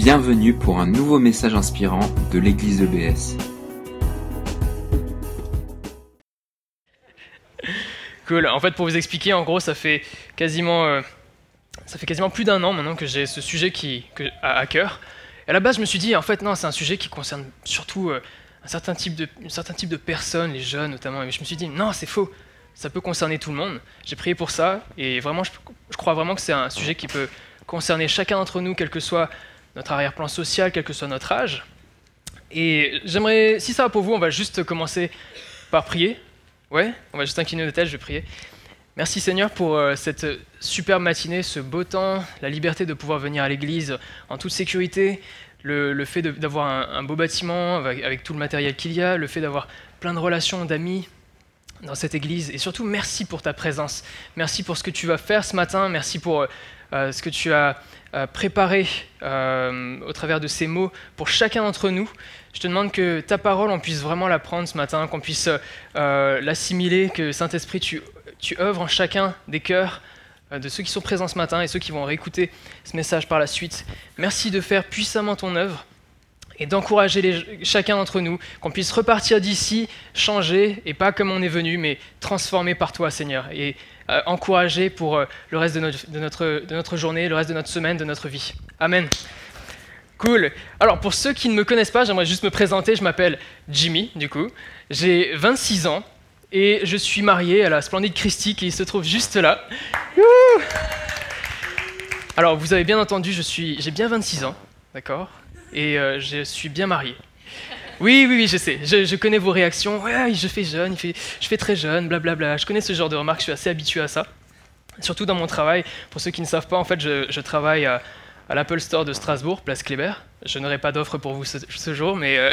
Bienvenue pour un nouveau message inspirant de l'église EBS. Cool. En fait, pour vous expliquer, en gros, ça fait quasiment plus d'un an maintenant que j'ai ce sujet à cœur. Et à la base, je me suis dit, en fait, non, c'est un sujet qui concerne surtout un certain type de personnes, les jeunes notamment. Et je me suis dit, non, c'est faux. Ça peut concerner tout le monde. J'ai prié pour ça, et vraiment, je crois vraiment que c'est un sujet qui peut concerner chacun d'entre nous, quel que soit notre arrière-plan social, quel que soit notre âge. Et j'aimerais, si ça va pour vous, on va juste commencer par prier. Ouais, on va juste incliner nos têtes, je vais prier. Merci Seigneur pour cette superbe matinée, ce beau temps, la liberté de pouvoir venir à l'église en toute sécurité, le fait d'avoir un beau bâtiment avec tout le matériel qu'il y a, le fait d'avoir plein de relations, d'amis dans cette église. Et surtout, merci pour ta présence. Merci pour ce que tu vas faire ce matin. Merci pour ce que tu as préparé au travers de ces mots pour chacun d'entre nous. Je te demande que ta parole, on puisse vraiment la prendre ce matin, qu'on puisse l'assimiler, que Saint-Esprit, tu œuvres en chacun des cœurs de ceux qui sont présents ce matin et ceux qui vont réécouter ce message par la suite. Merci de faire puissamment ton œuvre et d'encourager chacun d'entre nous, qu'on puisse repartir d'ici, changer, et pas comme on est venu, mais transformé par toi, Seigneur, et encouragé pour le reste de notre journée, le reste de notre semaine, de notre vie. Amen. Cool. Alors, pour ceux qui ne me connaissent pas, j'aimerais juste me présenter. Je m'appelle Jimmy, du coup. J'ai 26 ans et je suis marié à la splendide Christy qui se trouve juste là. Youhou. Alors, vous avez bien entendu, j'ai bien 26 ans, d'accord ? Et je suis bien marié. Oui, je sais. Je connais vos réactions. Ouais, je fais jeune, je fais très jeune, blablabla. Je connais ce genre de remarques, je suis assez habitué à ça. Surtout dans mon travail. Pour ceux qui ne savent pas, en fait, je travaille à l'Apple Store de Strasbourg, place Kléber. Je n'aurai pas d'offre pour vous ce jour, mais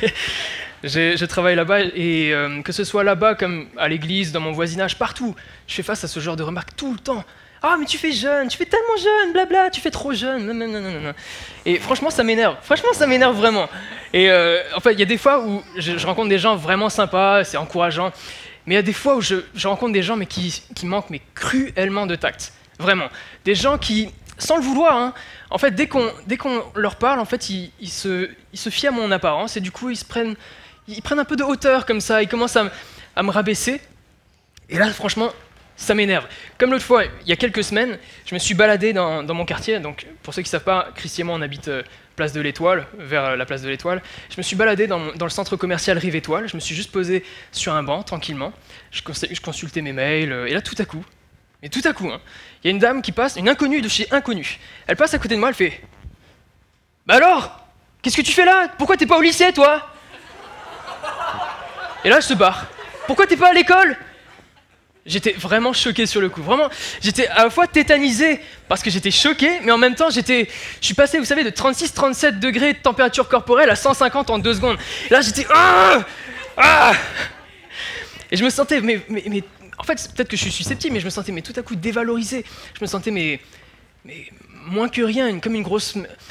je travaille là-bas. Et que ce soit là-bas, comme à l'église, dans mon voisinage, partout, je fais face à ce genre de remarques tout le temps. « Ah, mais tu fais jeune, tu fais tellement jeune, blabla, tu fais trop jeune. » Non. Et franchement, ça m'énerve. Vraiment. Et en fait, il y a des fois où je rencontre des gens vraiment sympas, c'est encourageant. Mais il y a des fois où je rencontre des gens mais qui manquent cruellement de tact. Vraiment. Des gens qui, sans le vouloir, hein, en fait, dès qu'on leur parle, en fait, ils se fient à mon apparence et du coup, ils prennent un peu de hauteur comme ça, ils commencent à me rabaisser. Et là, franchement, ça m'énerve. Comme l'autre fois, il y a quelques semaines, je me suis baladé dans mon quartier. Donc, pour ceux qui ne savent pas, Christy et moi, on habite place de l'Étoile, vers la place de l'Étoile. Je me suis baladé dans le centre commercial Rive Étoile. Je me suis juste posé sur un banc, tranquillement. Je consultais mes mails. Et là, tout à coup, hein, il y a une dame qui passe, une inconnue de chez inconnue. Elle passe à côté de moi, elle fait « Bah alors, qu'est-ce que tu fais là? Pourquoi t'es pas au lycée, toi ?» Et là, elle se barre. « Pourquoi t'es pas à l'école ?» J'étais vraiment choqué sur le coup. Vraiment, j'étais à la fois tétanisé parce que j'étais choqué, mais en même temps, je suis passé, vous savez, de 36-37 degrés de température corporelle à 150 en 2 secondes. Et là, j'étais Et je me sentais, mais en fait, peut-être que je suis susceptible, mais je me sentais tout à coup dévalorisé. Je me sentais mais moins que rien, comme une grosse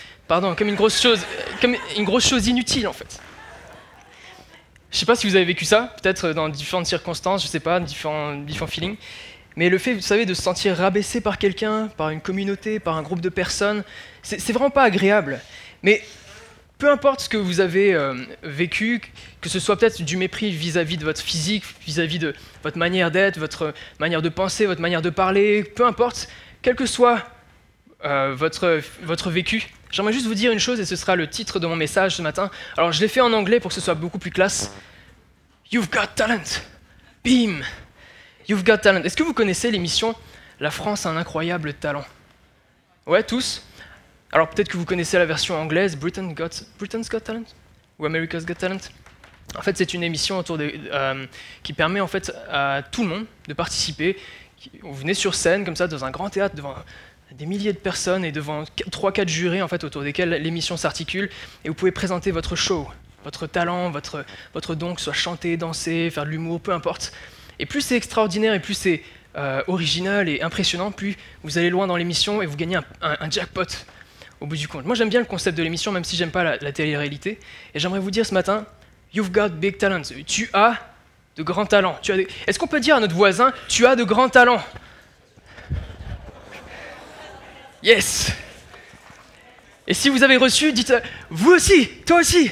chose inutile en fait. Je sais pas si vous avez vécu ça, peut-être dans différentes circonstances, je sais pas, différents feelings. Mais le fait, vous savez, de se sentir rabaissé par quelqu'un, par une communauté, par un groupe de personnes, c'est vraiment pas agréable. Mais peu importe ce que vous avez vécu, que ce soit peut-être du mépris vis-à-vis de votre physique, vis-à-vis de votre manière d'être, votre manière de penser, votre manière de parler, peu importe, quel que soit votre vécu, j'aimerais juste vous dire une chose et ce sera le titre de mon message ce matin. Alors je l'ai fait en anglais pour que ce soit beaucoup plus classe. You've got talent. Bim. You've got talent. Est-ce que vous connaissez l'émission La France a un incroyable talent? Ouais, tous? Alors peut-être que vous connaissez la version anglaise, Britain's Got Talent? Ou America's Got Talent? En fait, c'est une émission qui permet en fait à tout le monde de participer. Vous venez sur scène comme ça dans un grand théâtre devant des milliers de personnes et devant 3-4 jurés en fait, autour desquels l'émission s'articule et vous pouvez présenter votre show, votre talent, votre don, que ce soit chanter, danser, faire de l'humour, peu importe. Et plus c'est extraordinaire et plus c'est original et impressionnant, plus vous allez loin dans l'émission et vous gagnez un jackpot au bout du compte. Moi j'aime bien le concept de l'émission même si j'aime pas la télé-réalité et j'aimerais vous dire ce matin, you've got big talent, tu as de grands talents. Est-ce qu'on peut dire à notre voisin, tu as de grands talents? Yes. Et si vous avez reçu, dites vous aussi, toi aussi.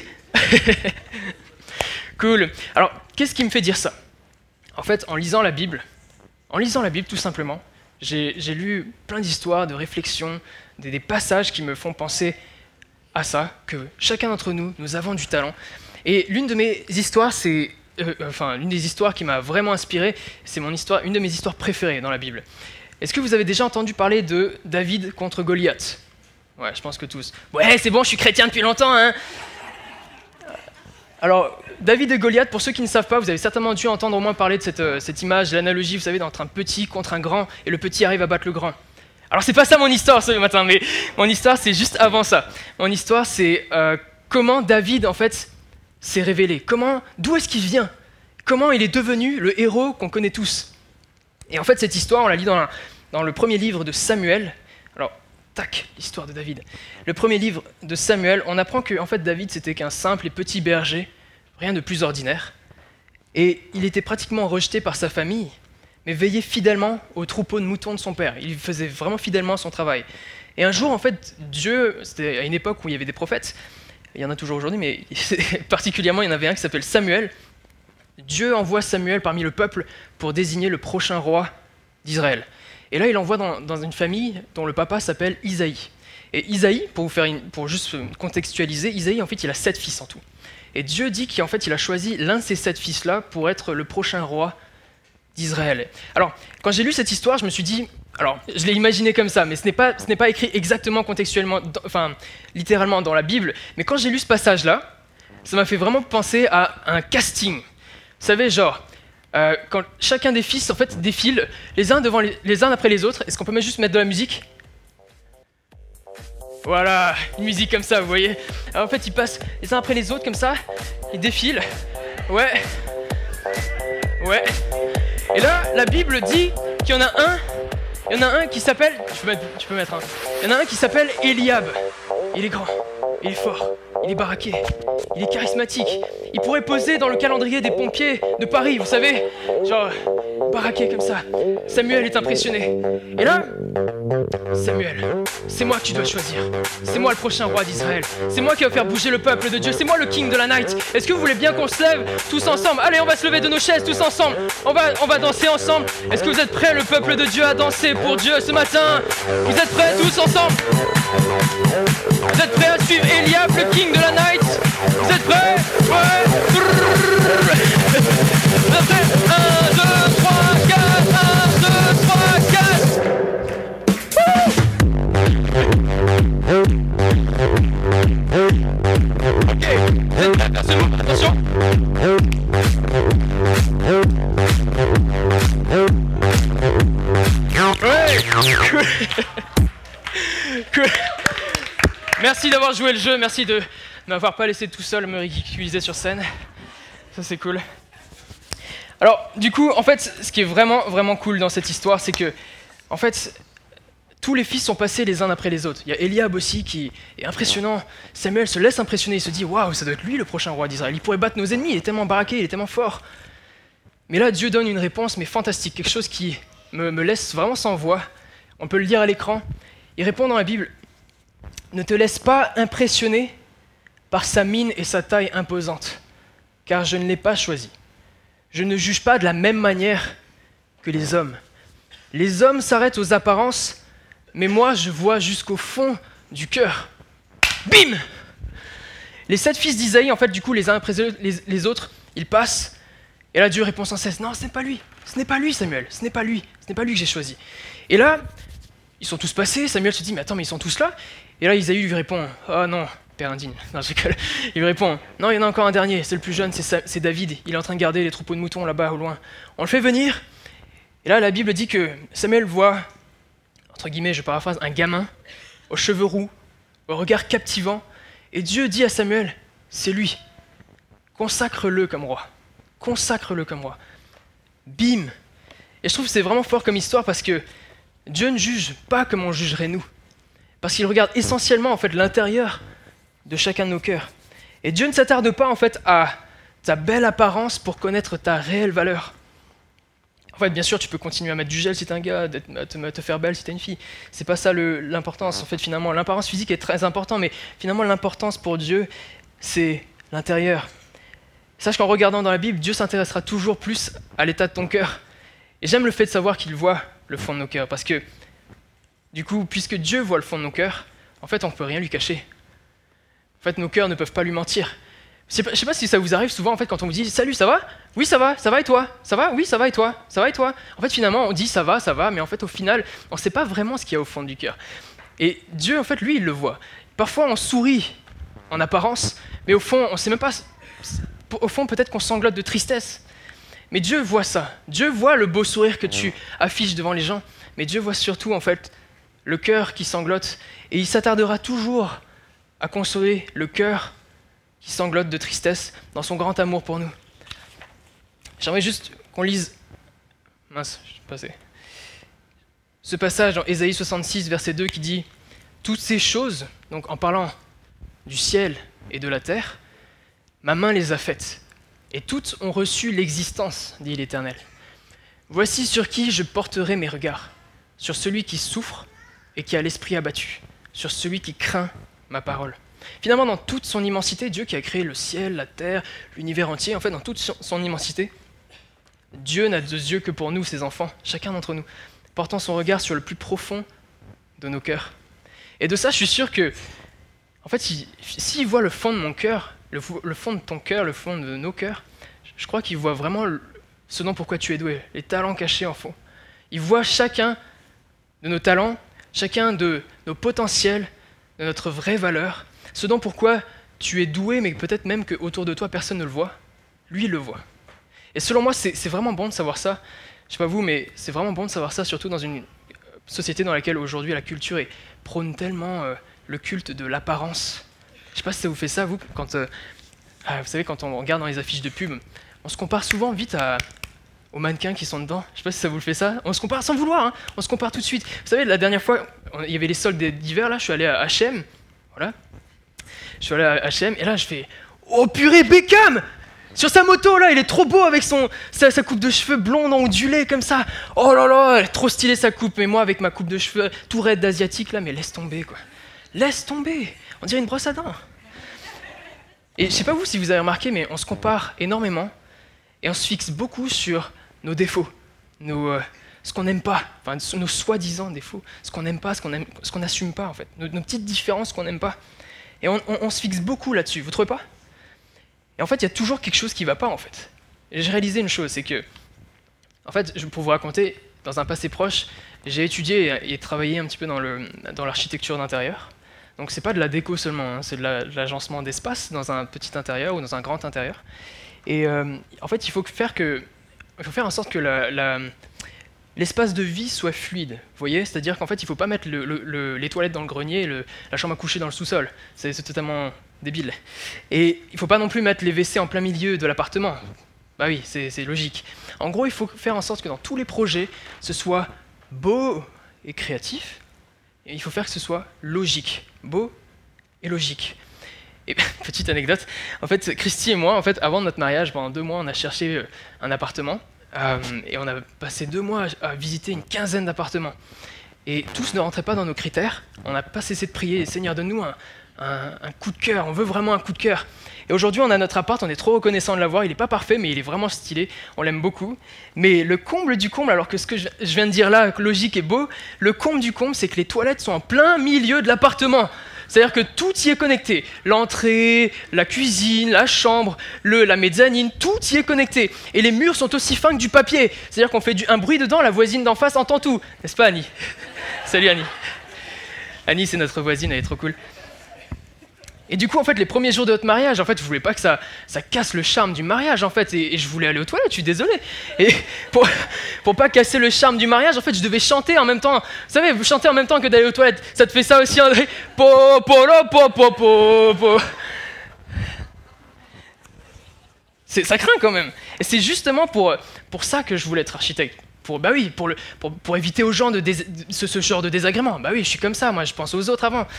Cool. Alors, qu'est-ce qui me fait dire ça? En fait, en lisant la Bible tout simplement, j'ai lu plein d'histoires, de réflexions, des passages qui me font penser à ça, que chacun d'entre nous, nous avons du talent. Et l'une de mes histoires, l'une des histoires qui m'a vraiment inspiré, c'est une de mes histoires préférées dans la Bible. Est-ce que vous avez déjà entendu parler de David contre Goliath? Ouais, je pense que tous. Ouais, c'est bon, je suis chrétien depuis longtemps, hein. Alors, David et Goliath, pour ceux qui ne savent pas, vous avez certainement dû entendre au moins parler de cette image, l'analogie, vous savez, entre un petit contre un grand, et le petit arrive à battre le grand. Alors, c'est pas ça mon histoire ce matin, mais mon histoire, c'est juste avant ça. Mon histoire, c'est comment David, en fait, s'est révélé. D'où est-ce qu'il vient? Comment il est devenu le héros qu'on connaît tous? Et en fait, cette histoire, on la lit dans le premier livre de Samuel. Alors, tac, l'histoire de David. Le premier livre de Samuel, on apprend que en fait, David, c'était qu'un simple et petit berger, rien de plus ordinaire. Et il était pratiquement rejeté par sa famille, mais veillait fidèlement au troupeau de moutons de son père. Il faisait vraiment fidèlement son travail. Et un jour, en fait, Dieu, c'était à une époque où il y avait des prophètes, il y en a toujours aujourd'hui, mais particulièrement, il y en avait un qui s'appelle Samuel. Dieu envoie Samuel parmi le peuple pour désigner le prochain roi d'Israël. Et là, il envoie dans une famille dont le papa s'appelle Isaïe. Et Isaïe, pour juste contextualiser, Isaïe, en fait, il a 7 fils en tout. Et Dieu dit qu'en fait, il a choisi l'un de ces 7 fils-là pour être le prochain roi d'Israël. Alors, quand j'ai lu cette histoire, je me suis dit, alors, je l'ai imaginé comme ça, mais ce n'est pas écrit exactement contextuellement, littéralement dans la Bible, mais quand j'ai lu ce passage-là, ça m'a fait vraiment penser à un casting. Vous savez, genre, quand chacun des fils, en fait, défile les uns après les autres, est-ce qu'on peut juste mettre de la musique? Voilà, une musique comme ça, vous voyez. Alors, en fait, ils passent les uns après les autres, comme ça, ils défilent. Ouais. Et là, la Bible dit qu'il y en a un qui s'appelle... Tu peux mettre un. Il y en a un qui s'appelle Eliab. Il est grand, il est fort, il est baraqué, il est charismatique. Il pourrait poser dans le calendrier des pompiers de Paris, vous savez. Genre, baraqué comme ça. Samuel est impressionné. Et là, Samuel, c'est moi que tu dois choisir. C'est moi le prochain roi d'Israël. C'est moi qui va faire bouger le peuple de Dieu. C'est moi le king de la night. Est-ce que vous voulez bien qu'on se lève tous ensemble? Allez, on va se lever de nos chaises tous ensemble. On va danser ensemble. Est-ce que vous êtes prêts, le peuple de Dieu, à danser pour Dieu ce matin? Vous êtes prêts tous ensemble? Vous êtes prêts à suivre Eliab, le king de la night? Vous êtes prêts? Ouais. Vous êtes prêts? 1, 2, 3, 4. 1, 2, 3, 4. Ok, vous êtes prêts? C'est bon, attention. Ouais. Cool. Merci d'avoir joué le jeu, merci de m'avoir pas laissé tout seul me ridiculiser sur scène. Ça c'est cool. Alors du coup, en fait, ce qui est vraiment vraiment cool dans cette histoire, c'est que, en fait, tous les fils sont passés les uns après les autres. Il y a Eliab aussi qui est impressionnant. Samuel se laisse impressionner, il se dit waouh, ça doit être lui le prochain roi d'Israël. Il pourrait battre nos ennemis, il est tellement baraqué, il est tellement fort. Mais là, Dieu donne une réponse, mais fantastique, quelque chose qui me laisse vraiment sans voix. On peut le lire à l'écran. Il répond dans la Bible: ne te laisse pas impressionner par sa mine et sa taille imposante, car je ne l'ai pas choisi. Je ne juge pas de la même manière que les hommes. Les hommes s'arrêtent aux apparences, mais moi je vois jusqu'au fond du cœur. Bim! Les 7 fils d'Isaïe, en fait, du coup, les uns après les autres, ils passent, et là Dieu répond sans cesse: non, ce n'est pas lui, Samuel, ce n'est pas lui que j'ai choisi. Et là, ils sont tous passés, Samuel se dit: mais attends, mais ils sont tous là? Et là, Isaïe lui répond: oh non, père indigne. Non, je rigole. Il lui répond: non, il y en a encore un dernier, c'est le plus jeune, c'est David. Il est en train de garder les troupeaux de moutons là-bas au loin. On le fait venir. Et là, la Bible dit que Samuel voit, entre guillemets, je paraphrase, un gamin aux cheveux roux, au regard captivant. Et Dieu dit à Samuel: c'est lui. Consacre-le comme roi. Consacre-le comme roi. Bim. Et je trouve que c'est vraiment fort comme histoire parce que Dieu ne juge pas comme on jugerait nous. Parce qu'il regarde essentiellement en fait l'intérieur de chacun de nos cœurs. Et Dieu ne s'attarde pas en fait à ta belle apparence pour connaître ta réelle valeur. En fait, bien sûr, tu peux continuer à mettre du gel si t'es un gars, à te faire belle si t'es une fille. C'est pas ça l'importance. En fait, finalement, l'apparence physique est très important, mais finalement, l'importance pour Dieu, c'est l'intérieur. Sache qu'en regardant dans la Bible, Dieu s'intéressera toujours plus à l'état de ton cœur. Et j'aime le fait de savoir qu'il voit le fond de nos cœurs, parce que, du coup, puisque Dieu voit le fond de nos cœurs, en fait, on ne peut rien lui cacher. En fait, nos cœurs ne peuvent pas lui mentir. Je sais pas si ça vous arrive souvent, en fait, quand on vous dit « Salut, ça va ? Oui, ça va et toi ? Ça va ? Oui, ça va et toi ? Ça va et toi ?» En fait, finalement, on dit « ça va », mais en fait, au final, on ne sait pas vraiment ce qu'il y a au fond du cœur. Et Dieu, en fait, lui, il le voit. Parfois, on sourit en apparence, mais au fond, on ne sait même pas... Au fond, peut-être qu'on sanglote de tristesse. Mais Dieu voit ça. Dieu voit le beau sourire que tu affiches devant les gens. Mais Dieu voit surtout, en fait, le cœur qui sanglote. Et il s'attardera toujours à consoler le cœur qui sanglote de tristesse dans son grand amour pour nous. J'aimerais juste qu'on lise... Mince, je suis passé. Ce passage dans Ésaïe 66, verset 2, qui dit « Toutes ces choses, donc en parlant du ciel et de la terre, ma main les a faites, et toutes ont reçu l'existence, dit l'Éternel. Voici sur qui je porterai mes regards, sur celui qui souffre et qui a l'esprit abattu, sur celui qui craint ma parole. » Finalement, dans toute son immensité, Dieu qui a créé le ciel, la terre, l'univers entier, en fait, dans toute son immensité, Dieu n'a de yeux que pour nous, ses enfants, chacun d'entre nous, portant son regard sur le plus profond de nos cœurs. Et de ça, je suis sûr que, en fait, s'il voit le fond de mon cœur, le fond de ton cœur, le fond de nos cœurs, je crois qu'il voit vraiment ce dont pourquoi tu es doué, les talents cachés en fond. Il voit chacun de nos talents, chacun de nos potentiels, de notre vraie valeur, ce dont pourquoi tu es doué, mais peut-être même qu'autour de toi, personne ne le voit. Lui, il le voit. Et selon moi, c'est vraiment bon de savoir ça. Je sais pas vous, mais c'est vraiment bon de savoir ça, surtout dans une société dans laquelle aujourd'hui la culture prône tellement le culte de l'apparence. Je sais pas si ça vous fait ça, vous, quand... vous savez, quand on regarde dans les affiches de pub, on se compare souvent vite aux mannequins qui sont dedans. Je sais pas si ça vous le fait ça. On se compare sans vouloir, hein. On se compare tout de suite. Vous savez, la dernière fois, il y avait les soldes d'hiver, là, je suis allé à H&M. Voilà. Je suis allé à H&M, et là, je fais « Oh purée, Beckham !» Sur sa moto, là, il est trop beau avec sa coupe de cheveux blonde ondulée comme ça. Oh là là, elle est trop stylée sa coupe. Mais moi, avec ma coupe de cheveux tout raide d'asiatique, là, mais laisse tomber, quoi. Laisse tomber. On dirait une brosse à dents. Et je sais pas vous si vous avez remarqué, mais on se compare énormément et on se fixe beaucoup sur nos défauts, ce qu'on n'aime pas, enfin nos soi-disant défauts, ce qu'on n'aime pas, ce qu'on n'assume pas en fait, nos petites différences qu'on n'aime pas. Et on se fixe beaucoup là-dessus, vous trouvez pas ? Et en fait, il y a toujours quelque chose qui va pas en fait. Et j'ai réalisé une chose, c'est que, en fait, pour vous raconter, dans un passé proche, j'ai étudié et travaillé un petit peu dans l'architecture d'intérieur. Donc c'est pas de la déco seulement, hein, c'est de l'agencement d'espace dans un petit intérieur ou dans un grand intérieur. Et en fait, il faut faire en sorte que l'espace de vie soit fluide. Vous voyez, c'est-à-dire qu'en fait, il faut pas mettre les toilettes dans le grenier et la chambre à coucher dans le sous-sol. C'est totalement débile. Et il faut pas non plus mettre les WC en plein milieu de l'appartement. Bah oui, c'est logique. En gros, il faut faire en sorte que dans tous les projets, ce soit beau et créatif. Et il faut faire que ce soit logique, beau et logique. Et petite anecdote, en fait, Christy et moi, en fait, avant notre mariage, pendant 2 mois, on a cherché un appartement et on a passé 2 mois à visiter une quinzaine d'appartements. Et tous ne rentraient pas dans nos critères. On n'a pas cessé de prier, Seigneur, donne-nous un coup de cœur. On veut vraiment un coup de cœur. Et aujourd'hui, on a notre appart, on est trop reconnaissant de l'avoir. Il n'est pas parfait, mais il est vraiment stylé. On l'aime beaucoup. Mais le comble du comble, alors que ce que je viens de dire là, logique et beau, le comble du comble, c'est que les toilettes sont en plein milieu de l'appartement. C'est-à-dire que tout y est connecté. L'entrée, la cuisine, la chambre, la mezzanine, tout y est connecté. Et les murs sont aussi fins que du papier. C'est-à-dire qu'on fait un bruit dedans, la voisine d'en face entend tout. N'est-ce pas, Annie ? Salut, Annie. Annie, c'est notre voisine, elle est trop cool. Et du coup, en fait, les premiers jours de notre mariage, en fait, je voulais pas que ça casse le charme du mariage, en fait, et je voulais aller aux toilettes, je suis désolé. Et pour pas casser le charme du mariage, en fait, je devais chanter en même temps. Vous savez, vous chantez en même temps que d'aller aux toilettes. Ça te fait ça aussi, André ? Po, po, lo, po, po, po, po. Ça craint quand même. Et c'est justement pour ça que je voulais être architecte. Pour éviter aux gens ce genre de désagrément. Bah oui, je suis comme ça, moi, je pense aux autres avant.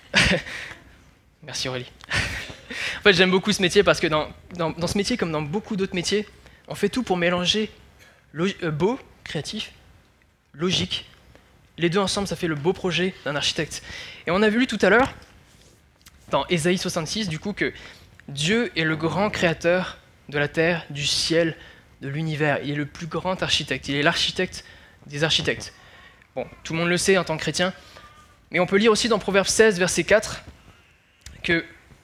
Merci Aurélie. En fait, j'aime beaucoup ce métier parce que dans ce métier, comme dans beaucoup d'autres métiers, on fait tout pour mélanger beau, créatif, logique. Les deux ensemble, ça fait le beau projet d'un architecte. Et on a vu tout à l'heure, dans Ésaïe 66, du coup, que Dieu est le grand créateur de la terre, du ciel, de l'univers. Il est le plus grand architecte. Il est l'architecte des architectes. Bon, tout le monde le sait en tant que chrétien. Mais on peut lire aussi dans Proverbe 16, verset 4, que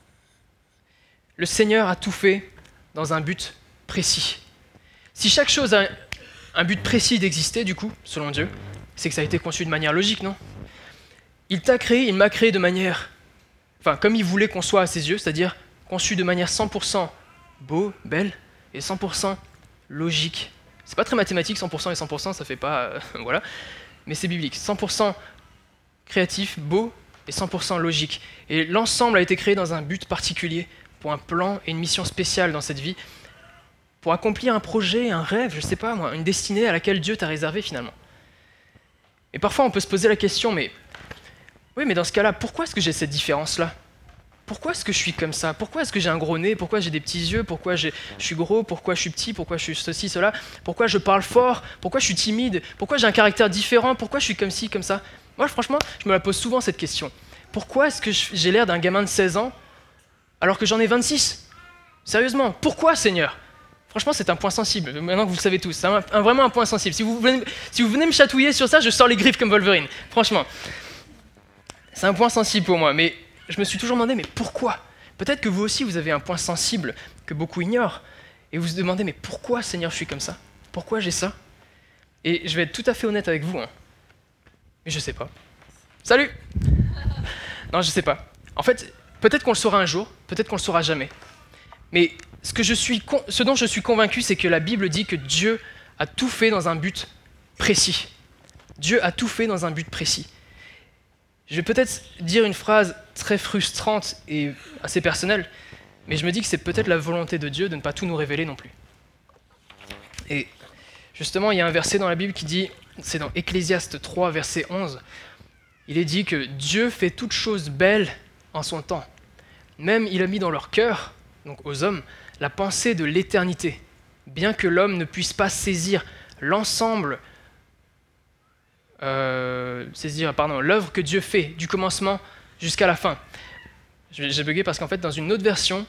le Seigneur a tout fait dans un but précis. Si chaque chose a un but précis d'exister, du coup, selon Dieu, c'est que ça a été conçu de manière logique, non ? Il t'a créé, il m'a créé de manière, comme il voulait qu'on soit à ses yeux, c'est-à-dire conçu de manière 100% beau, belle, et 100% logique. C'est pas très mathématique, 100% et 100%, ça fait pas... voilà. Mais c'est biblique. 100% créatif, beau, et 100% logique. Et l'ensemble a été créé dans un but particulier, pour un plan et une mission spéciale dans cette vie, pour accomplir un projet, un rêve, je sais pas moi, une destinée à laquelle Dieu t'a réservé finalement. Et parfois on peut se poser la question, mais dans ce cas-là, pourquoi est-ce que j'ai cette différence-là ? Pourquoi est-ce que je suis comme ça ? Pourquoi est-ce que j'ai un gros nez ? Pourquoi j'ai des petits yeux ? Pourquoi je suis gros ? Pourquoi je suis petit ? Pourquoi je suis ceci, cela ? Pourquoi je parle fort ? Pourquoi je suis timide ? Pourquoi j'ai un caractère différent ? Pourquoi je suis comme ci, comme ça ? Moi, franchement, je me la pose souvent cette question. Pourquoi est-ce que j'ai l'air d'un gamin de 16 ans alors que j'en ai 26 ? Sérieusement, pourquoi, Seigneur ? Franchement, c'est un point sensible, maintenant que vous le savez tous. C'est vraiment un point sensible. Si vous venez me chatouiller sur ça, je sors les griffes comme Wolverine. Franchement. C'est un point sensible pour moi, mais je me suis toujours demandé, mais pourquoi ? Peut-être que vous aussi, vous avez un point sensible que beaucoup ignorent, et vous vous demandez, mais pourquoi, Seigneur, je suis comme ça ? Pourquoi j'ai ça ? Et je vais être tout à fait honnête avec vous, mais je sais pas. Salut ! Non, je sais pas. En fait, peut-être qu'on le saura un jour, peut-être qu'on le saura jamais. Mais ce dont je suis convaincu, c'est que la Bible dit que Dieu a tout fait dans un but précis. Dieu a tout fait dans un but précis. Je vais peut-être dire une phrase très frustrante et assez personnelle, mais je me dis que c'est peut-être la volonté de Dieu de ne pas tout nous révéler non plus. Et justement, il y a un verset dans la Bible qui dit, c'est dans Ecclésiaste 3, verset 11, il est dit que Dieu fait toutes choses belles en son temps. Même il a mis dans leur cœur, donc aux hommes, la pensée de l'éternité, bien que l'homme ne puisse pas saisir l'ensemble, l'œuvre que Dieu fait, du commencement jusqu'à la fin. J'ai bugué parce qu'en fait, dans une autre version,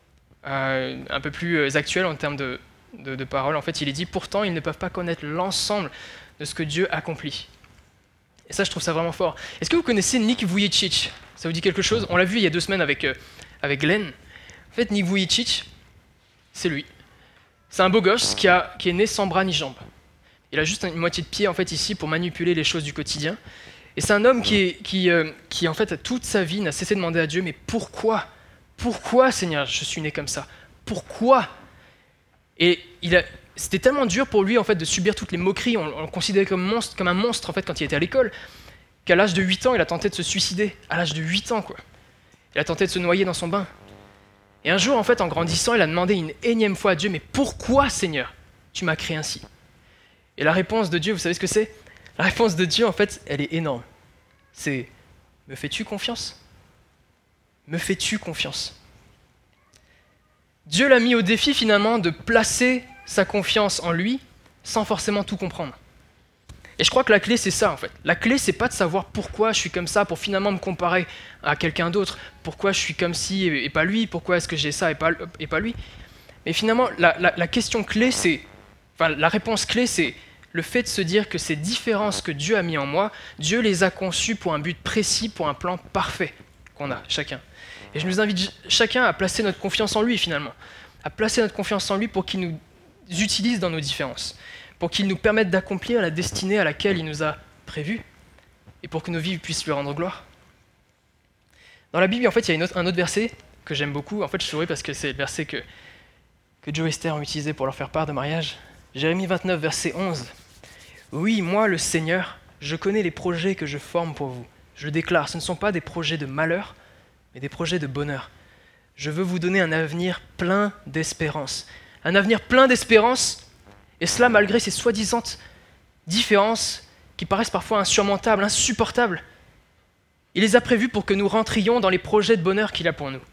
un peu plus actuelle en termes de paroles, en fait, il est dit « Pourtant, ils ne peuvent pas connaître l'ensemble de ce que Dieu accomplit. » Et ça, je trouve ça vraiment fort. Est-ce que vous connaissez Nick Vujicic ? Ça vous dit quelque chose ? On l'a vu il y a 2 semaines avec Glenn. En fait, Nick Vujicic, c'est lui. C'est un beau gosse qui est né sans bras ni jambes. Il a juste une moitié de pied en fait ici pour manipuler les choses du quotidien. Et c'est un homme qui en fait toute sa vie n'a cessé de demander à Dieu, mais pourquoi ? Pourquoi, Seigneur, je suis né comme ça ? Pourquoi ? Et c'était tellement dur pour lui en fait de subir toutes les moqueries, on le considérait comme un monstre en fait quand il était à l'école, qu'à l'âge de 8 ans, il a tenté de se suicider. À l'âge de 8 ans, quoi. Il a tenté de se noyer dans son bain. Et un jour, en fait, en grandissant, il a demandé une énième fois à Dieu, mais pourquoi, Seigneur, tu m'as créé ainsi ? Et la réponse de Dieu, vous savez ce que c'est ? La réponse de Dieu, en fait, elle est énorme. C'est « Me fais-tu confiance ? Me fais-tu confiance ?» Dieu l'a mis au défi, finalement, de placer sa confiance en lui sans forcément tout comprendre. Et je crois que la clé, c'est ça, en fait. La clé, c'est pas de savoir pourquoi je suis comme ça pour finalement me comparer à quelqu'un d'autre. Pourquoi je suis comme ci et pas lui. Pourquoi est-ce que j'ai ça et pas lui. Mais finalement, la question clé, la réponse clé, c'est le fait de se dire que ces différences que Dieu a mis en moi, Dieu les a conçues pour un but précis, pour un plan parfait qu'on a, chacun. Et je nous invite chacun à placer notre confiance en lui, finalement. À placer notre confiance en lui pour qu'il nous utilise dans nos différences. Pour qu'il nous permette d'accomplir la destinée à laquelle il nous a prévus et pour que nos vies puissent lui rendre gloire. Dans la Bible, en fait, il y a un autre verset que j'aime beaucoup. En fait, je souris parce que c'est le verset que Joe et Esther ont utilisé pour leur faire part de mariage. Jérémie 29, verset 11. « Oui, moi, le Seigneur, je connais les projets que je forme pour vous. Je le déclare, ce ne sont pas des projets de malheur, mais des projets de bonheur. Je veux vous donner un avenir plein d'espérance. » Un avenir plein d'espérance. Et cela malgré ces soi-disant différences qui paraissent parfois insurmontables, insupportables. Il les a prévues pour que nous rentrions dans les projets de bonheur qu'il a pour nous.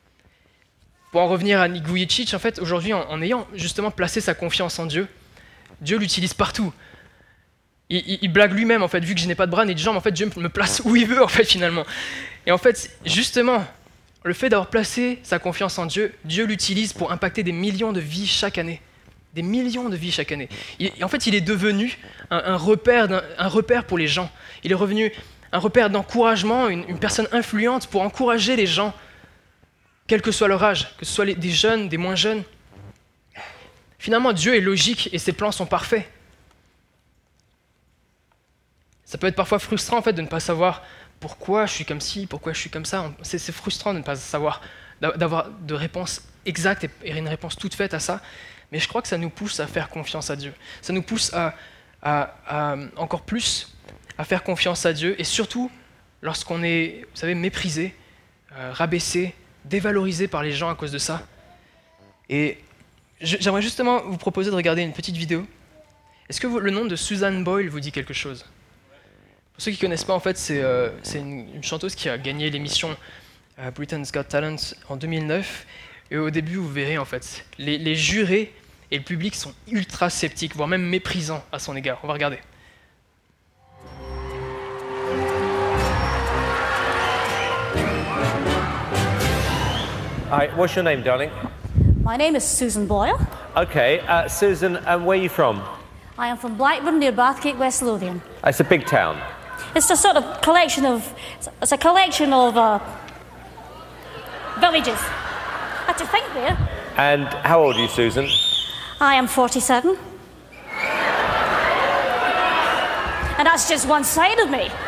Pour en revenir à Nick Vujicic, en fait, aujourd'hui, en ayant justement placé sa confiance en Dieu, Dieu l'utilise partout. Il blague lui-même, en fait, vu que je n'ai pas de bras ni de jambes, en fait, Dieu me place où il veut, en fait, finalement. Et en fait, justement, le fait d'avoir placé sa confiance en Dieu, Dieu l'utilise pour impacter des millions de vies chaque année. Des millions de vies chaque année. En fait, il est devenu un repère pour les gens. Il est revenu un repère d'encouragement, une personne influente pour encourager les gens, quel que soit leur âge, que ce soit des jeunes, des moins jeunes. Finalement, Dieu est logique et ses plans sont parfaits. Ça peut être parfois frustrant en fait de ne pas savoir pourquoi je suis comme ci, pourquoi je suis comme ça. C'est frustrant de ne pas savoir, d'avoir de réponses exactes et une réponse toute faite à ça. Mais je crois que ça nous pousse à faire confiance à Dieu. Ça nous pousse à encore plus à faire confiance à Dieu. Et surtout, lorsqu'on est, vous savez, méprisé, rabaissé, dévalorisé par les gens à cause de ça. Et j'aimerais justement vous proposer de regarder une petite vidéo. Est-ce que le nom de Susan Boyle vous dit quelque chose ? Pour ceux qui ne connaissent pas, en fait, c'est une chanteuse qui a gagné l'émission Britain's Got Talent en 2009. Et au début, vous verrez, en fait, les jurés et le public sont ultra sceptiques, voire même méprisants à son égard. On va regarder. Hi, what's your name, darling? My name is Susan Boyle. Okay, Susan, where are you from? I am from Blackburn near Bathgate, West Lothian. It's a big town. It's a sort of collection of villages. I had to think there. And how old are you, Susan? I am 47. And that's just one side of me.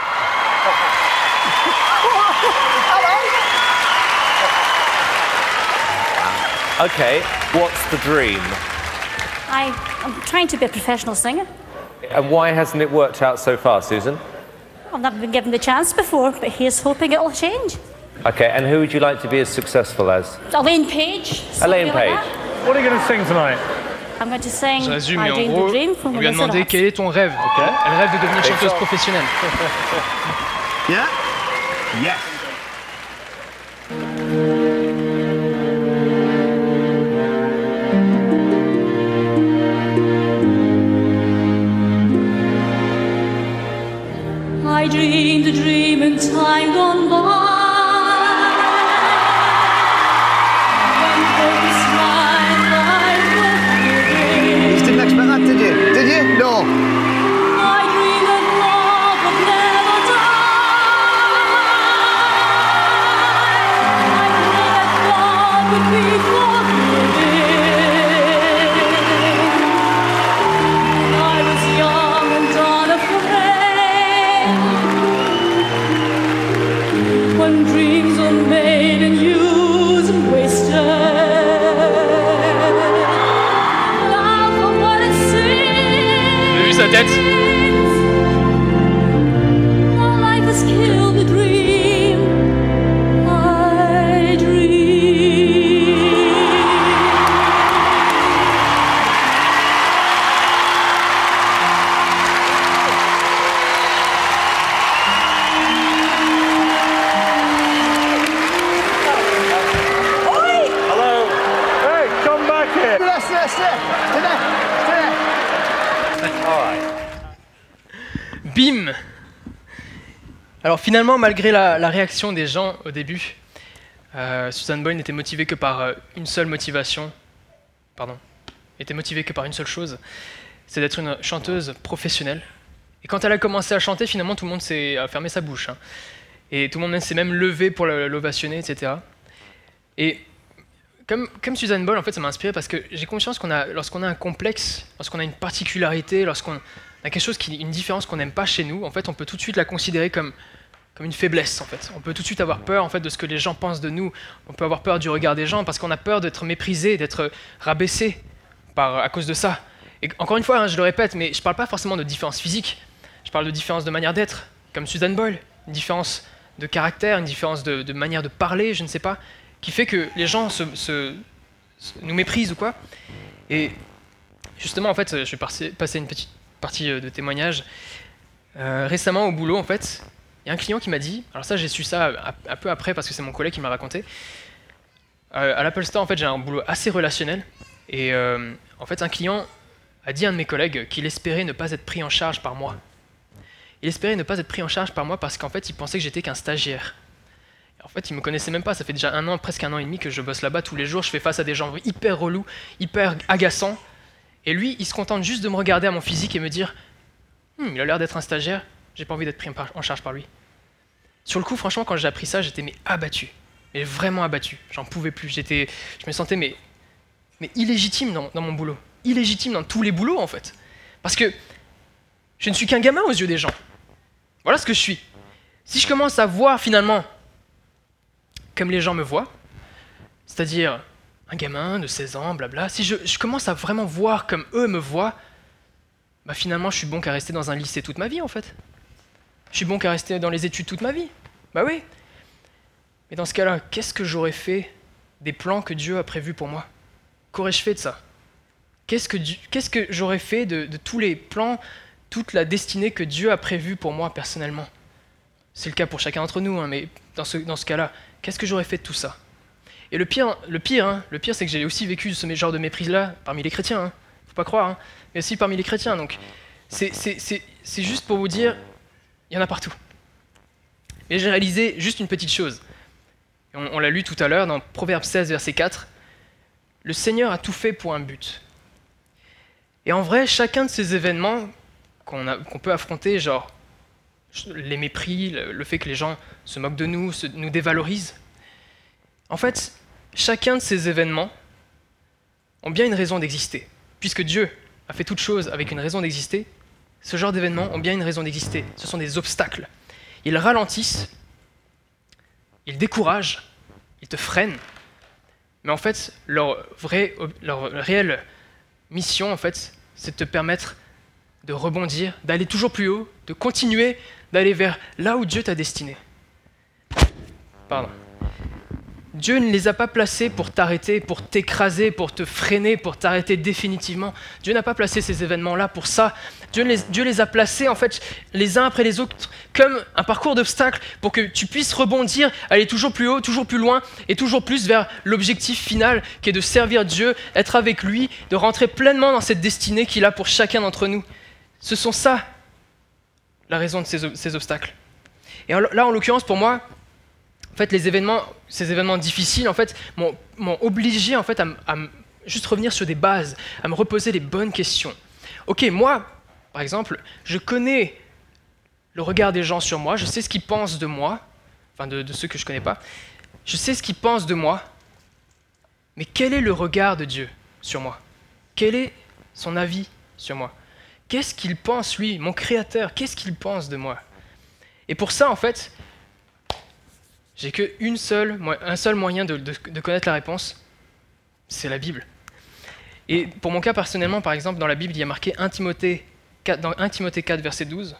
Okay, what's the dream? I'm trying to be a professional singer. And why hasn't it worked out so far, Susan? I've never been given the chance before, but here's hoping it'll change. Okay, and who would you like to be as successful as? Elaine Page. Elaine somebody Page. like that. What are you going to sing tonight? I'm going to sing Je résume, I mais en Dreamed gros, a Dream from on lui a Vanessa demandé Hudgens. quel est ton rêve. Elle rêve de devenir chanteuse professionnelle. Yeah? Yes. I dreamed a dream in time gone by. When hope is mine, life will begin. You didn't expect that, did you? Did you? No. I dream that love would never die. I dream that God would be forgiven. I was young and unafraid. When dreams are made and used and wasted, love for what it seems. Vous avez vu sa tête ? Now life has killed the dream I dreamed. Hello. Hey, come back here. Stay. All right. Bim! Alors finalement, malgré la réaction des gens au début, Susan Boyle n'était motivée que par une seule motivation. Était motivée que par une seule chose, c'est d'être une chanteuse professionnelle. Et quand elle a commencé à chanter, finalement, tout le monde s'est fermé sa bouche. Et tout le monde s'est même levé pour l'ovationner, etc. Et comme Susan Boyle, en fait, ça m'a inspiré parce que j'ai conscience lorsqu'on a un complexe, lorsqu'on a une particularité, lorsqu'on a quelque chose une différence qu'on n'aime pas chez nous, en fait, on peut tout de suite la considérer comme une faiblesse, en fait. On peut tout de suite avoir peur, en fait, de ce que les gens pensent de nous. On peut avoir peur du regard des gens parce qu'on a peur d'être méprisé, d'être rabaissé à cause de ça. Et encore une fois, je le répète, mais je ne parle pas forcément de différence physique. Je parle de différence de manière d'être, comme Susan Boyle, une différence de caractère, une différence de manière de parler, je ne sais pas, qui fait que les gens nous méprisent ou quoi. Et justement, en fait, je vais passer une petite partie de témoignage. Récemment, au boulot, en fait, il y a un client qui m'a dit, alors ça, j'ai su ça un peu après parce que c'est mon collègue qui m'a raconté. À l'Apple Store, en fait, j'ai un boulot assez relationnel. Et en fait, un client a dit à un de mes collègues qu'il espérait ne pas être pris en charge par moi. Il espérait ne pas être pris en charge par moi parce qu'en fait, il pensait que j'étais qu'un stagiaire. Et en fait, il me connaissait même pas. Ça fait déjà presque un an et demi que je bosse là-bas tous les jours. Je fais face à des gens hyper relous, hyper agaçants. Et lui, il se contente juste de me regarder à mon physique et me dire « il a l'air d'être un stagiaire, j'ai pas envie d'être pris en charge par lui. » Sur le coup, franchement, quand j'ai appris ça, j'étais abattu. Mais vraiment abattu. J'en pouvais plus. Je me sentais mais illégitime dans mon boulot. Illégitime dans tous les boulots, en fait. Parce que je ne suis qu'un gamin aux yeux des gens. Voilà ce que je suis. Si je commence à voir finalement comme les gens me voient, c'est-à-dire un gamin de 16 ans, blabla, si je commence à vraiment voir comme eux me voient, bah finalement je suis bon qu'à rester dans un lycée toute ma vie, en fait. Je suis bon qu'à rester dans les études toute ma vie. Bah oui. Mais dans ce cas-là, qu'est-ce que j'aurais fait des plans que Dieu a prévus pour moi? Qu'aurais-je fait de ça? Qu'est-ce que j'aurais fait de tous les plans, toute la destinée que Dieu a prévue pour moi personnellement? C'est le cas pour chacun d'entre nous, hein, mais dans ce cas-là, qu'est-ce que j'aurais fait de tout ça? Et le pire, c'est que j'ai aussi vécu ce genre de méprise-là parmi les chrétiens, hein, faut pas croire, hein, mais aussi parmi les chrétiens. Donc, c'est juste pour vous dire, il y en a partout. Mais j'ai réalisé juste une petite chose. On l'a lu tout à l'heure dans Proverbe 16, verset 4. Le Seigneur a tout fait pour un but. Et en vrai, chacun de ces événements qu'on peut affronter, genre les mépris, le fait que les gens se moquent de nous, nous dévalorisent, en fait, chacun de ces événements ont bien une raison d'exister. Puisque Dieu a fait toute chose avec une raison d'exister, ce genre d'événements ont bien une raison d'exister. Ce sont des obstacles. Ils ralentissent, ils découragent, ils te freinent, mais en fait, leur réelle mission, en fait, c'est de te permettre de rebondir, d'aller toujours plus haut, de continuer, d'aller vers là où Dieu t'a destiné. Pardon. Dieu ne les a pas placés pour t'arrêter, pour t'écraser, pour te freiner, pour t'arrêter définitivement. Dieu n'a pas placé ces événements-là pour ça. Dieu les a placés, en fait, les uns après les autres, comme un parcours d'obstacles pour que tu puisses rebondir, aller toujours plus haut, toujours plus loin, et toujours plus vers l'objectif final, qui est de servir Dieu, être avec lui, de rentrer pleinement dans cette destinée qu'il a pour chacun d'entre nous. Ce sont ça, la raison de ces obstacles. Et là, en l'occurrence, pour moi, en fait, ces événements difficiles, en fait, m'ont obligé, en fait, à juste revenir sur des bases, à me reposer les bonnes questions. Ok, moi, par exemple, je connais le regard des gens sur moi, je sais ce qu'ils pensent de moi, enfin de ceux que je connais pas, je sais ce qu'ils pensent de moi, mais quel est le regard de Dieu sur moi? Quel est son avis sur moi? Qu'est-ce qu'il pense, lui, mon Créateur? Qu'est-ce qu'il pense de moi? Et pour ça, en fait, j'ai un seul moyen de connaître la réponse, c'est la Bible. Et pour mon cas personnellement, par exemple, dans la Bible, il y a marqué 1 Timothée 4, verset 12.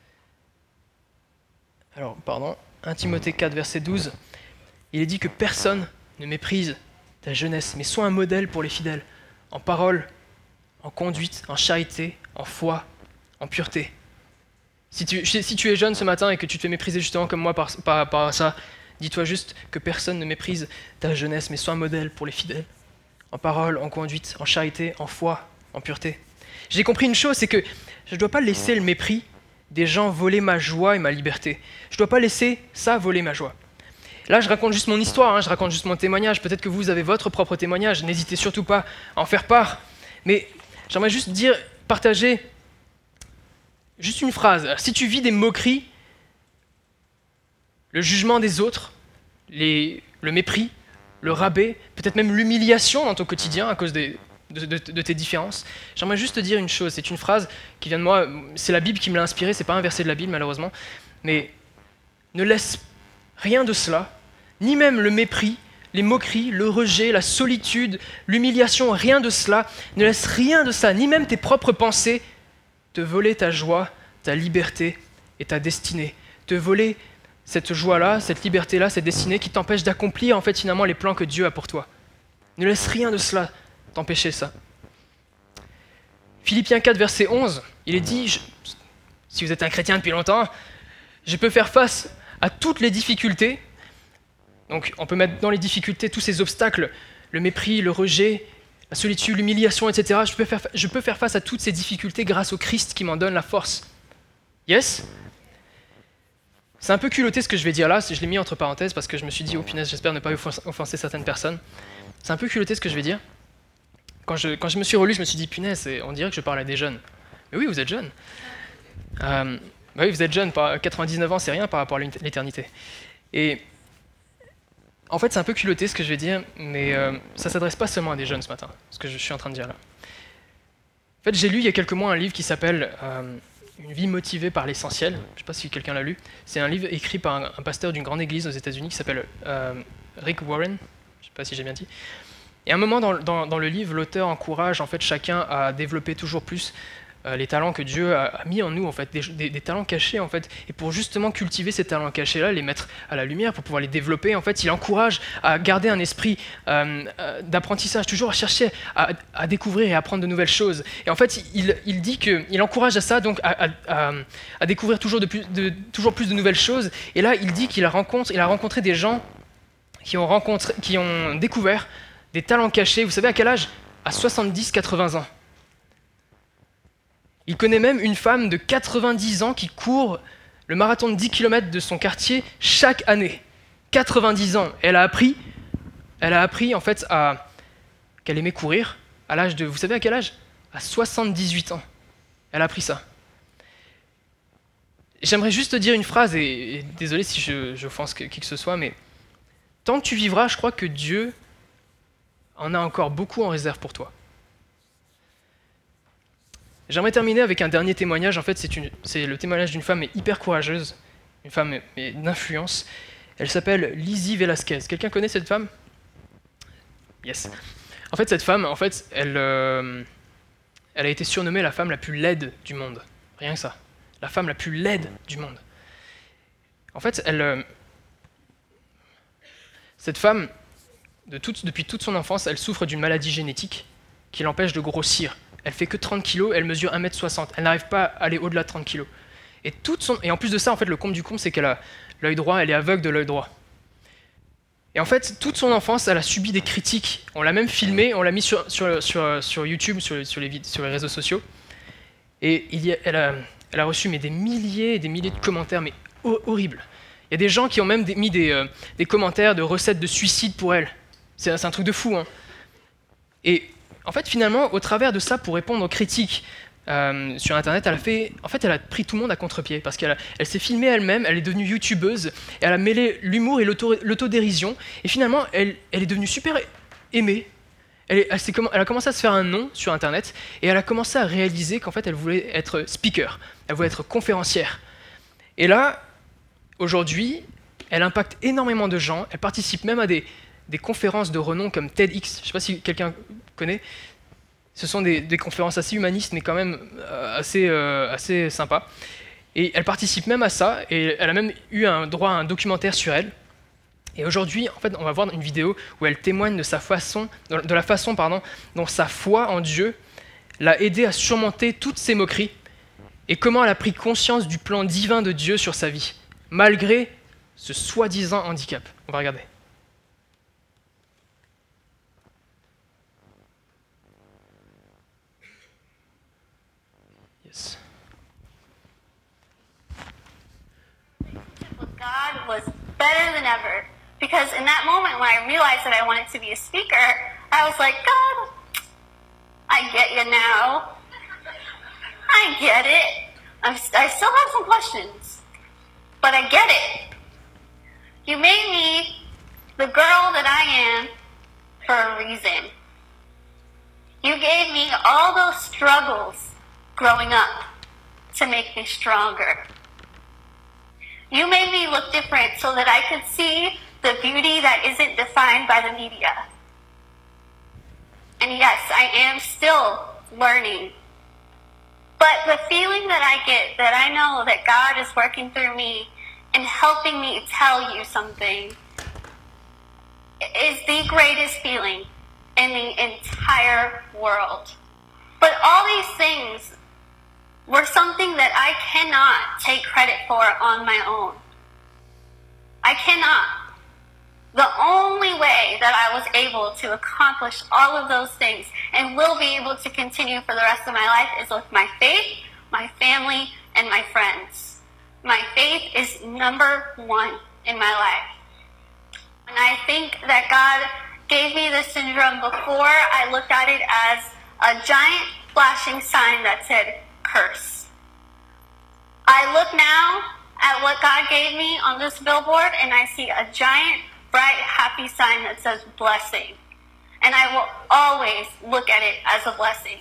Alors, pardon, 1 Timothée 4, verset 12, il est dit que personne ne méprise ta jeunesse, mais sois un modèle pour les fidèles, en parole, en conduite, en charité, en foi, en pureté. Si tu es jeune ce matin et que tu te fais mépriser justement comme moi par rapport à ça, dis-toi juste que personne ne méprise ta jeunesse, mais sois un modèle pour les fidèles, en parole, en conduite, en charité, en foi, en pureté. J'ai compris une chose, c'est que je ne dois pas laisser le mépris des gens voler ma joie et ma liberté. Je ne dois pas laisser ça voler ma joie. Là, je raconte juste mon histoire, je raconte juste mon témoignage. Peut-être que vous avez votre propre témoignage, n'hésitez surtout pas à en faire part. Mais j'aimerais juste partager juste une phrase. Si tu vis des moqueries, le jugement des autres, le mépris, le rabais, peut-être même l'humiliation dans ton quotidien à cause de tes différences, j'aimerais juste te dire une chose, c'est une phrase qui vient de moi, c'est la Bible qui me l'a inspirée, c'est pas un verset de la Bible malheureusement, mais ne laisse rien de cela, ni même le mépris, les moqueries, le rejet, la solitude, l'humiliation, rien de cela, ne laisse rien de ça, ni même tes propres pensées, te voler ta joie, ta liberté et ta destinée, te voler cette joie-là, cette liberté-là, cette destinée qui t'empêche d'accomplir en fait finalement les plans que Dieu a pour toi. Ne laisse rien de cela t'empêcher ça. Philippiens 4, verset 11, il est dit, si vous êtes un chrétien depuis longtemps, je peux faire face à toutes les difficultés. Donc on peut mettre dans les difficultés tous ces obstacles, le mépris, le rejet, la solitude, l'humiliation, etc. Je peux faire face à toutes ces difficultés grâce au Christ qui m'en donne la force. Yes? C'est un peu culotté ce que je vais dire là, je l'ai mis entre parenthèses parce que je me suis dit, oh punaise, j'espère ne pas offenser certaines personnes. C'est un peu culotté ce que je vais dire. Quand je me suis relu, je me suis dit, punaise, on dirait que je parle à des jeunes. Mais oui, vous êtes jeunes. Bah oui, vous êtes jeunes, 99 ans, c'est rien par rapport à l'éternité. Et en fait, c'est un peu culotté ce que je vais dire, mais ça ne s'adresse pas seulement à des jeunes ce matin, ce que je suis en train de dire là. En fait, j'ai lu il y a quelques mois un livre qui s'appelle Une vie motivée par l'essentiel. Je ne sais pas si quelqu'un l'a lu. C'est un livre écrit par un pasteur d'une grande église aux États-Unis qui s'appelle Rick Warren. Je ne sais pas si j'ai bien dit. Et à un moment dans le livre, l'auteur encourage en fait chacun à développer toujours plus les talents que Dieu a mis en nous, en fait, des talents cachés, en fait. Et pour justement cultiver ces talents cachés-là, les mettre à la lumière, pour pouvoir les développer, en fait, il encourage à garder un esprit d'apprentissage, toujours à chercher à découvrir et à apprendre de nouvelles choses. Et en fait, il dit qu'il encourage à ça, donc à découvrir toujours plus de nouvelles choses. Et là, il dit qu'il a rencontré des gens qui ont découvert des talents cachés. Vous savez à quel âge? À 70-80 ans. Il connaît même une femme de 90 ans qui court le marathon de 10 km de son quartier chaque année. 90 ans. Elle a appris en fait qu'elle aimait courir à l'âge de... Vous savez à quel âge? À 78 ans. Elle a appris ça. J'aimerais juste te dire une phrase, et désolé si j'offense qui que ce soit, mais tant que tu vivras, je crois que Dieu en a encore beaucoup en réserve pour toi. J'aimerais terminer avec un dernier témoignage. En fait, c'est le témoignage d'une femme hyper courageuse, une femme d'influence. Elle s'appelle Lizzie Velasquez. Quelqu'un connaît cette femme? Yes. En fait, cette femme, elle a été surnommée la femme la plus laide du monde. Rien que ça. La femme la plus laide du monde. En fait, cette femme, depuis toute son enfance, elle souffre d'une maladie génétique qui l'empêche de grossir. Elle fait que 30 kilos, elle mesure 1m60. Elle n'arrive pas à aller au-delà de 30 kilos. Et en plus de ça, en fait, le comble du comble, c'est qu'elle a l'œil droit, elle est aveugle de l'œil droit. Et en fait, toute son enfance, elle a subi des critiques. On l'a même filmé, on l'a mis sur YouTube, sur les réseaux sociaux. Et elle a reçu des milliers et des milliers de commentaires, mais horribles. Il y a des gens qui ont même mis des commentaires de recettes de suicide pour elle. C'est un truc de fou, hein. Et en fait, finalement, au travers de ça, pour répondre aux critiques sur Internet, elle a pris tout le monde à contre-pied, parce qu'elle s'est filmée elle-même, elle est devenue youtubeuse, et elle a mêlé l'humour et l'autodérision, et finalement, elle est devenue super aimée. Elle a commencé à se faire un nom sur Internet, et elle a commencé à réaliser qu'en fait, elle voulait être speaker, elle voulait être conférencière. Et là, aujourd'hui, elle impacte énormément de gens, elle participe même à des conférences de renom comme TEDx, je ne sais pas si quelqu'un connaît. Ce sont des conférences assez humanistes, mais quand même assez sympas. Et elle participe même à ça, et elle a même eu un droit à un documentaire sur elle. Et aujourd'hui, en fait, on va voir une vidéo où elle témoigne de la façon dont sa foi en Dieu l'a aidée à surmonter toutes ces moqueries, et comment elle a pris conscience du plan divin de Dieu sur sa vie, malgré ce soi-disant handicap. On va regarder. Yes. With God was better than ever, because in that moment when I realized that I wanted to be a speaker, I was like, God, I get you now. I get it. I still have some questions, but I get it. You made me the girl that I am for a reason. You gave me all those struggles growing up to make me stronger. You made me look different so that I could see the beauty that isn't defined by the media. And yes, I am still learning. But the feeling that I get, that I know that God is working through me and helping me tell you something, is the greatest feeling in the entire world. But all these things were something that I cannot take credit for on my own. I cannot. The only way that I was able to accomplish all of those things and will be able to continue for the rest of my life is with my faith, my family, and my friends. My faith is number one in my life. And I think that God gave me this syndrome before. I looked at it as a giant flashing sign that said, curse. I look now at what God gave me on this billboard and I see a giant, bright, happy sign that says blessing. And I will always look at it as a blessing.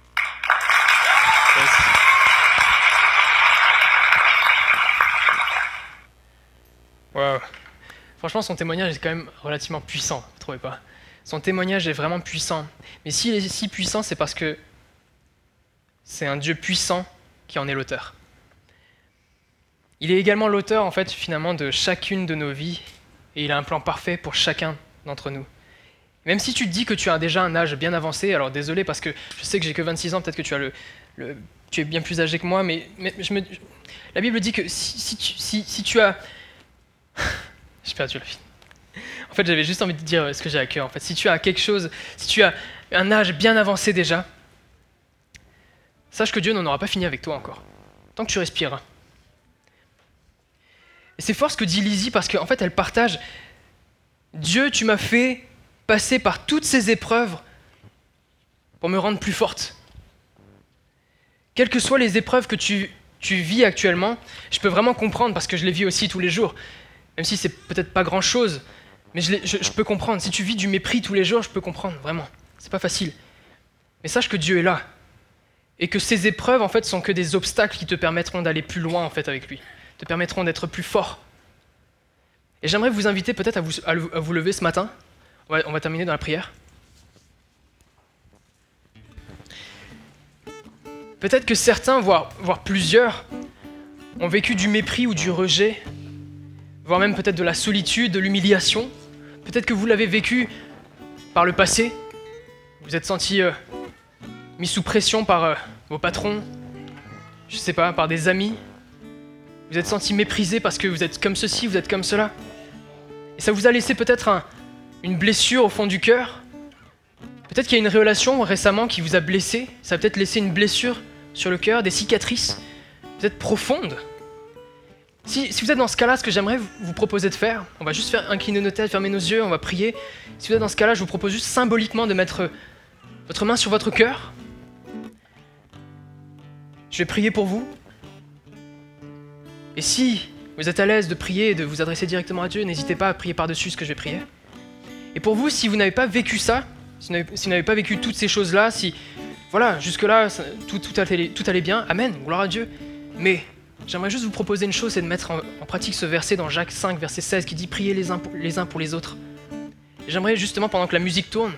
Wow. Franchement, son témoignage est quand même relativement puissant, vous trouvez pas? Son témoignage est vraiment puissant. Mais s'il est si puissant, c'est parce que c'est un Dieu puissant qui en est l'auteur. Il est également l'auteur, en fait, finalement, de chacune de nos vies, et il a un plan parfait pour chacun d'entre nous. Même si tu te dis que tu as déjà un âge bien avancé, alors désolé, parce que je sais que j'ai que 26 ans, peut-être que tu as tu es bien plus âgé que moi, mais la Bible dit que si tu as... J'ai perdu la vie. En fait, j'avais juste envie de dire ce que j'ai à cœur. En fait, si tu as quelque chose, si tu as un âge bien avancé déjà, sache que Dieu n'en aura pas fini avec toi encore, tant que tu respireras. Et c'est fort ce que dit Lizzie, parce qu'en fait, elle partage « Dieu, tu m'as fait passer par toutes ces épreuves pour me rendre plus forte. » Quelles que soient les épreuves que tu vis actuellement, je peux vraiment comprendre, parce que je les vis aussi tous les jours, même si c'est peut-être pas grand-chose, mais je peux comprendre. Si tu vis du mépris tous les jours, je peux comprendre, vraiment. C'est pas facile. Mais sache que Dieu est là, et que ces épreuves, en fait, sont que des obstacles qui te permettront d'aller plus loin, en fait, avec lui, te permettront d'être plus fort. Et j'aimerais vous inviter peut-être à vous lever ce matin. On va terminer dans la prière. Peut-être que certains, voire plusieurs, ont vécu du mépris ou du rejet, voire même peut-être de la solitude, de l'humiliation. Peut-être que vous l'avez vécu par le passé. Vous êtes senti mis sous pression par vos patrons, je sais pas, par des amis. Vous êtes senti méprisé parce que vous êtes comme ceci, vous êtes comme cela. Et ça vous a laissé peut-être une blessure au fond du cœur. Peut-être qu'il y a une relation récemment qui vous a blessé. Ça a peut-être laissé une blessure sur le cœur, des cicatrices, peut-être profondes. Si vous êtes dans ce cas-là, ce que j'aimerais vous proposer de faire, on va juste faire incliner nos têtes, fermer nos yeux, on va prier. Si vous êtes dans ce cas-là, je vous propose juste symboliquement de mettre votre main sur votre cœur. Je vais prier pour vous. Et si vous êtes à l'aise de prier et de vous adresser directement à Dieu, n'hésitez pas à prier par-dessus ce que je vais prier. Et pour vous, si vous n'avez pas vécu ça, si vous n'avez pas vécu toutes ces choses-là, si, voilà, jusque-là, tout allait bien, amen, gloire à Dieu. Mais j'aimerais juste vous proposer une chose, c'est de mettre en pratique ce verset dans Jacques 5, verset 16, qui dit « Priez les uns pour les autres ». J'aimerais justement, pendant que la musique tourne,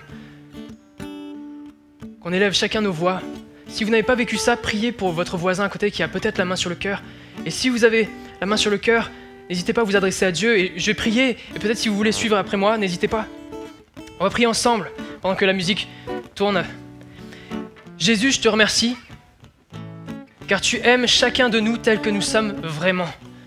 qu'on élève chacun nos voix. Si vous n'avez pas vécu ça, priez pour votre voisin à côté qui a peut-être la main sur le cœur. Et si vous avez la main sur le cœur, n'hésitez pas à vous adresser à Dieu. Et je vais prier, et peut-être si vous voulez suivre après moi, n'hésitez pas. On va prier ensemble, pendant que la musique tourne. Jésus, je te remercie, car tu aimes chacun de nous tel que nous sommes vraiment.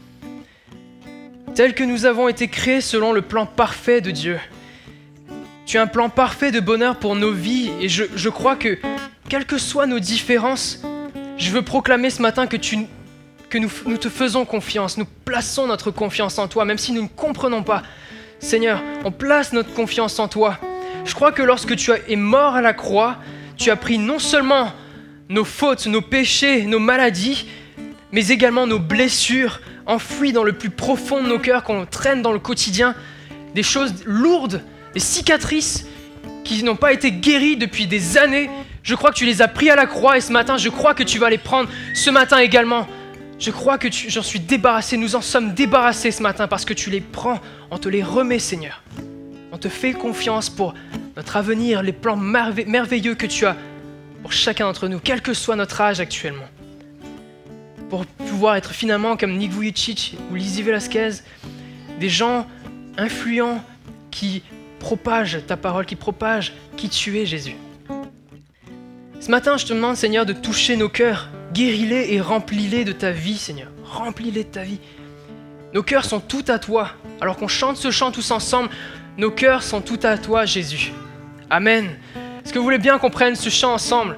Tel que nous avons été créés selon le plan parfait de Dieu. Tu as un plan parfait de bonheur pour nos vies, et je crois que, quelles que soient nos différences, je veux proclamer ce matin que nous te faisons confiance, nous plaçons notre confiance en toi, même si nous ne comprenons pas. Seigneur, on place notre confiance en toi. Je crois que lorsque tu es mort à la croix, tu as pris non seulement nos fautes, nos péchés, nos maladies, mais également nos blessures, enfouies dans le plus profond de nos cœurs, qu'on traîne dans le quotidien, des choses lourdes, des cicatrices qui n'ont pas été guéries depuis des années. Je crois que tu les as pris à la croix, et ce matin, je crois que tu vas les prendre ce matin également. Je crois que j'en suis débarrassé, nous en sommes débarrassés ce matin parce que tu les prends, on te les remet, Seigneur. On te fait confiance pour notre avenir, les plans merveilleux que tu as pour chacun d'entre nous, quel que soit notre âge actuellement. Pour pouvoir être finalement comme Nick Vujicic ou Lizzie Velasquez, des gens influents qui propagent ta parole, qui propagent qui tu es, Jésus. Ce matin, je te demande, Seigneur, de toucher nos cœurs, guéris-les et remplis-les de ta vie, Seigneur. Remplis-les de ta vie. Nos cœurs sont tout à toi. Alors qu'on chante ce chant tous ensemble, nos cœurs sont tout à toi, Jésus. Amen. Est-ce que vous voulez bien qu'on prenne ce chant ensemble?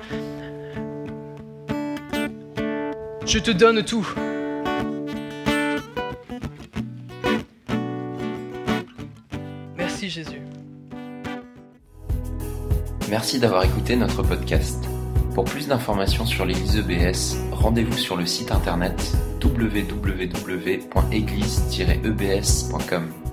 Je te donne tout. Merci Jésus. Merci d'avoir écouté notre podcast. Pour plus d'informations sur l'Église EBS, rendez-vous sur le site internet www.église-ebs.com.